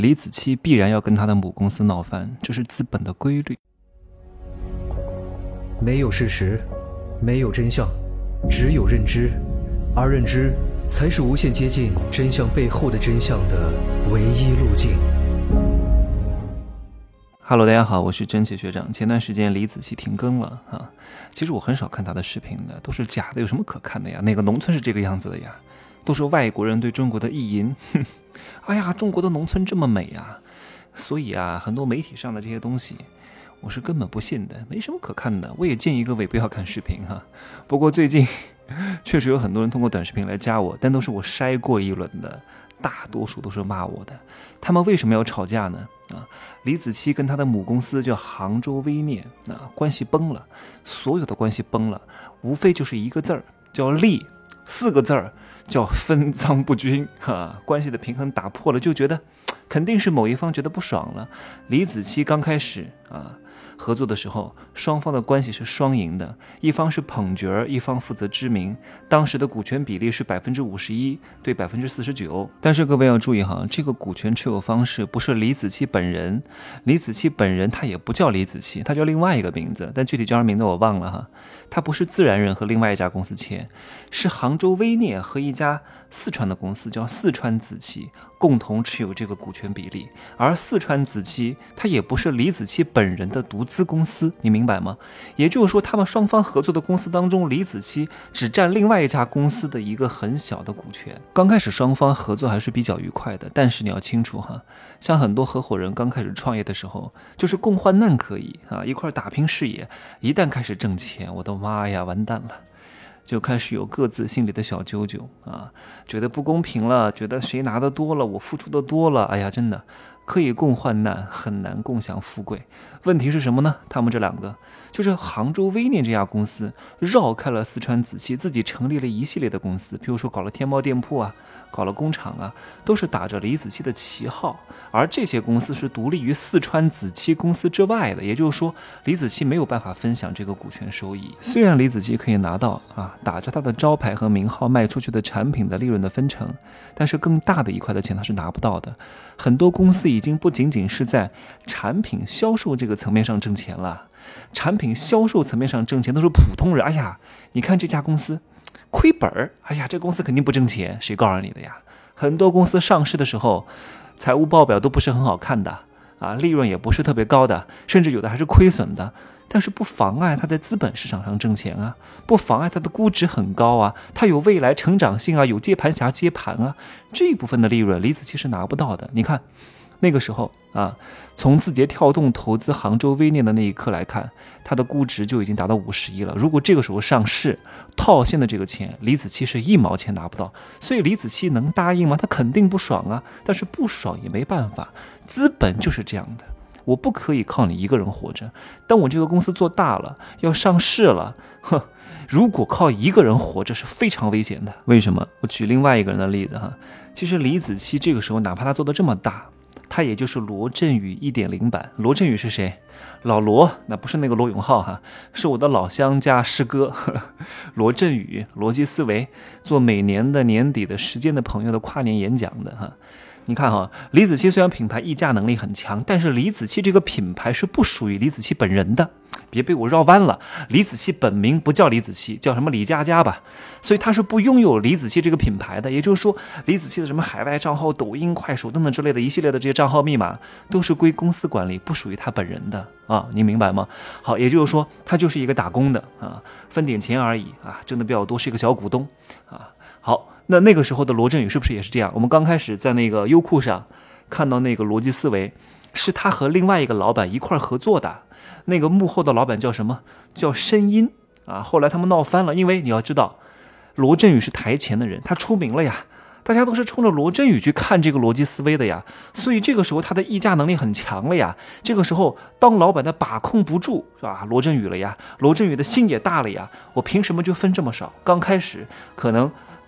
李子柒必然要跟他的母公司闹翻，这是资本的规律。 没有事实，没有真相，只有认知，而认知才是无限接近真相背后的真相的唯一路径。 Hello， 大家好，我是真奇学长。前段时间李子柒停更了啊，其实我很少看他的视频的，都是假的，有什么可看的呀？那个农村是这个样子的呀，都是外国人对中国的意淫。哎呀，中国的农村这么美啊！所以啊，很多媒体上的这些东西，我是根本不信的，没什么可看的。我也建议各位不要看视频哈。不过最近确实有很多人通过短视频来加我，但都是我筛过一轮的，大多数都是骂我的。他们为什么要吵架呢？李子柒跟他的母公司叫杭州微念，关系崩了，所有的关系崩了，无非就是一个字儿叫利，4个字儿叫分赃不均关系的平衡打破了，就觉得肯定是某一方觉得不爽了。李子柒刚开始合作的时候，双方的关系是双赢的，一方是捧角，一方负责知名。当时的股权比例是51%对49%。但是各位要注意哈，这个股权持有方式不是李子柒本人，李子柒本人他也不叫李子柒，他叫另外一个名字，但具体叫什么名字我忘了哈。他不是自然人和另外一家公司签，是杭州微念和一家四川的公司叫四川子柒共同持有这个股权比例，而四川子柒它也不是李子柒本人的独资公司，你明白吗？也就是说，他们双方合作的公司当中，李子柒只占另外一家公司的一个很小的股权。刚开始双方合作还是比较愉快的，但是你要清楚哈，像很多合伙人刚开始创业的时候，就是共患难可以一块打拼事业，一旦开始挣钱，我的妈呀，完蛋了。就开始有各自心里的小九九觉得不公平了，觉得谁拿的多了，我付出的多了，哎呀，真的可以共患难，很难共享富贵。问题是什么呢？他们这两个就是杭州微念这家公司绕开了四川子柒，自己成立了一系列的公司，比如说搞了天猫店铺搞了工厂都是打着李子柒的旗号，而这些公司是独立于四川子柒公司之外的，也就是说李子柒没有办法分享这个股权收益。虽然李子柒可以拿到打着他的招牌和名号卖出去的产品的利润的分成，但是更大的一块的钱他是拿不到的。很多公司已经不仅仅是在产品销售这个层面上挣钱了，产品销售层面上挣钱都是普通人。哎呀，你看这家公司亏本，哎呀，这公司肯定不挣钱，谁告诉你的呀？很多公司上市的时候，财务报表都不是很好看的利润也不是特别高的，甚至有的还是亏损的。但是不妨碍它在资本市场上挣钱不妨碍它的估值很高它有未来成长性有接盘侠接盘这一部分的利润李子柒是拿不到的。你看那个时候从字节跳动投资杭州微念的那一刻来看，它的估值就已经达到50亿了。如果这个时候上市套现的这个钱，李子柒是1毛钱拿不到。所以李子柒能答应吗？他肯定不爽但是不爽也没办法，资本就是这样的，我不可以靠你一个人活着。当我这个公司做大了，要上市了，如果靠一个人活着是非常危险的。为什么？我举另外一个人的例子其实李子柒这个时候哪怕他做得这么大，他也就是罗振宇 1.0 版。罗振宇是谁？老罗，那不是那个罗永浩是我的老乡加师哥罗振宇，逻辑思维做每年的年底的时间的朋友的跨年演讲的你看李子柒虽然品牌溢价能力很强，但是李子柒这个品牌是不属于李子柒本人的，别被我绕弯了。李子柒本名不叫李子柒，叫什么李佳佳吧，所以他是不拥有李子柒这个品牌的。也就是说，李子柒的什么海外账号、抖音、快手等等之类的一系列的这些账号密码，都是归公司管理，不属于他本人的你明白吗？好，也就是说，他就是一个打工的分点钱而已挣的比较多，是一个小股东好。那个时候的罗振宇是不是也是这样？我们刚开始在那个优酷上看到那个逻辑思维，是他和另外一个老板一块合作的，那个幕后的老板叫什么？叫申音后来他们闹翻了，因为你要知道，罗振宇是台前的人，他出名了呀，大家都是冲着罗振宇去看这个逻辑思维的呀，所以这个时候他的议价能力很强了呀。这个时候当老板的把控不住是吧？罗振宇了呀，罗振宇的心也大了呀，我凭什么就分这么少？刚开始可能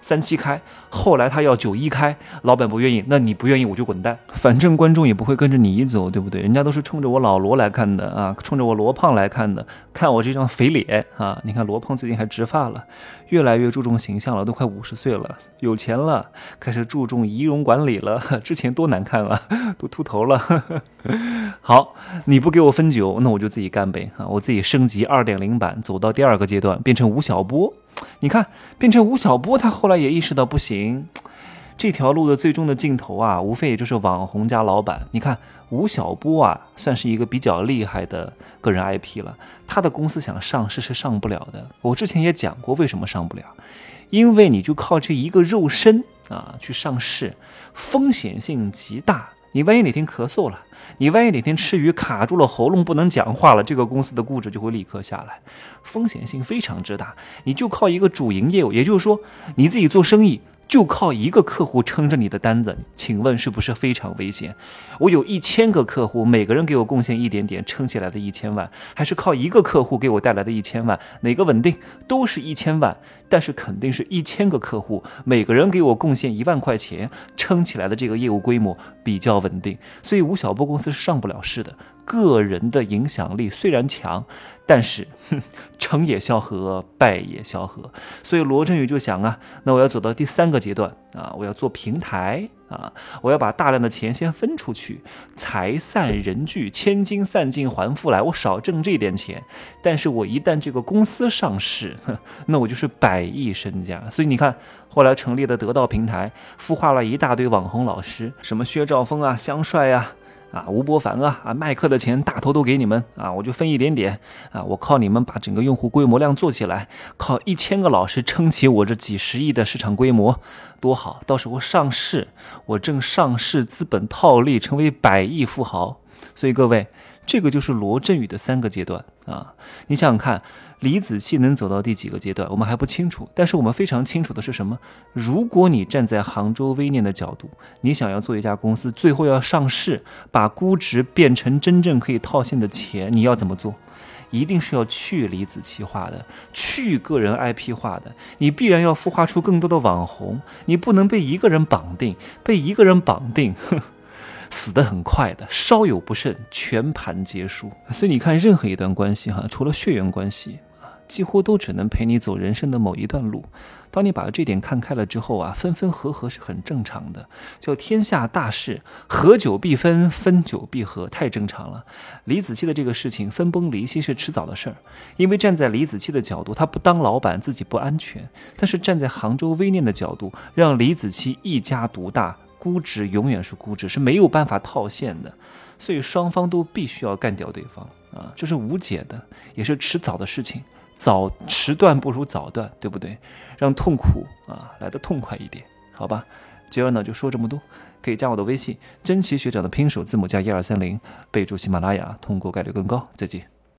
37开，后来他要91开，老板不愿意，那你不愿意我就滚蛋，反正观众也不会跟着你走，对不对？人家都是冲着我老罗来看的啊，冲着我罗胖来看的，看我这张肥脸啊！你看罗胖最近还植发了，越来越注重形象了，都快50岁了，有钱了，开始注重仪容管理了，之前多难看啊，都秃头了。好，你不给我分酒，那我就自己干呗啊！我自己升级2.0版，走到第2个阶段，变成吴晓波。你看，变成吴晓波，他后来也意识到不行，这条路的最终的尽头啊，无非也就是网红加老板。你看吴晓波啊，算是一个比较厉害的个人 IP 了，他的公司想上市是上不了的。我之前也讲过为什么上不了，因为你就靠这一个肉身啊去上市，风险性极大。你万一哪天咳嗽了，你万一哪天吃鱼卡住了喉咙不能讲话了，这个公司的估值就会立刻下来，风险性非常之大。你就靠一个主营业务，也就是说你自己做生意就靠一个客户撑着你的单子，请问是不是非常危险？我有1000个客户，每个人给我贡献一点点，撑起来的1000万，还是靠一个客户给我带来的1000万，哪个稳定？都是1000万，但是肯定是1000个客户，每个人给我贡献1万块钱，撑起来的这个业务规模比较稳定。所以吴晓波公司是上不了市的。个人的影响力虽然强，但是成也萧何，败也萧何。所以罗振宇就想啊，那我要走到第3个阶段啊，我要做平台啊，我要把大量的钱先分出去，财散人聚，千金散尽还复来，我少挣这点钱，但是我一旦这个公司上市，那我就是100亿身家。所以你看，后来成立的得道平台，孵化了一大堆网红老师，什么薛兆丰啊、香帅啊，吴伯凡啊，麦克的钱大头都给你们啊，我就分一点点啊，我靠你们把整个用户规模量做起来，靠1000个老师撑起我这几十亿的市场规模，多好！到时候上市，我挣上市资本套利，成为100亿富豪。所以各位，这个就是罗振宇的3个阶段啊，你想想看，李子柒能走到第几个阶段，我们还不清楚，但是我们非常清楚的是什么？如果你站在杭州微念的角度，你想要做一家公司，最后要上市，把估值变成真正可以套现的钱，你要怎么做？一定是要去李子柒化的，去个人 IP 化的，你必然要孵化出更多的网红，你不能被一个人绑定，被一个人绑定死得很快的，稍有不慎全盘皆输。所以你看任何一段关系除了血缘关系几乎都只能陪你走人生的某一段路。当你把这点看开了之后分分合合是很正常的，叫天下大事，合久必分，分久必合，太正常了。李子柒的这个事情分崩离析是迟早的事儿，因为站在李子柒的角度，他不当老板自己不安全，但是站在杭州微念的角度，让李子柒一家独大，估值永远是估值，是没有办法套现的，所以双方都必须要干掉对方这是无解的，也是迟早的事情，迟断不如早断，对不对？让痛苦来得痛快一点，好吧？今儿呢就说这么多，可以加我的微信，真奇学长的拼手字母加1230，备注喜马拉雅，通过概率更高。再见。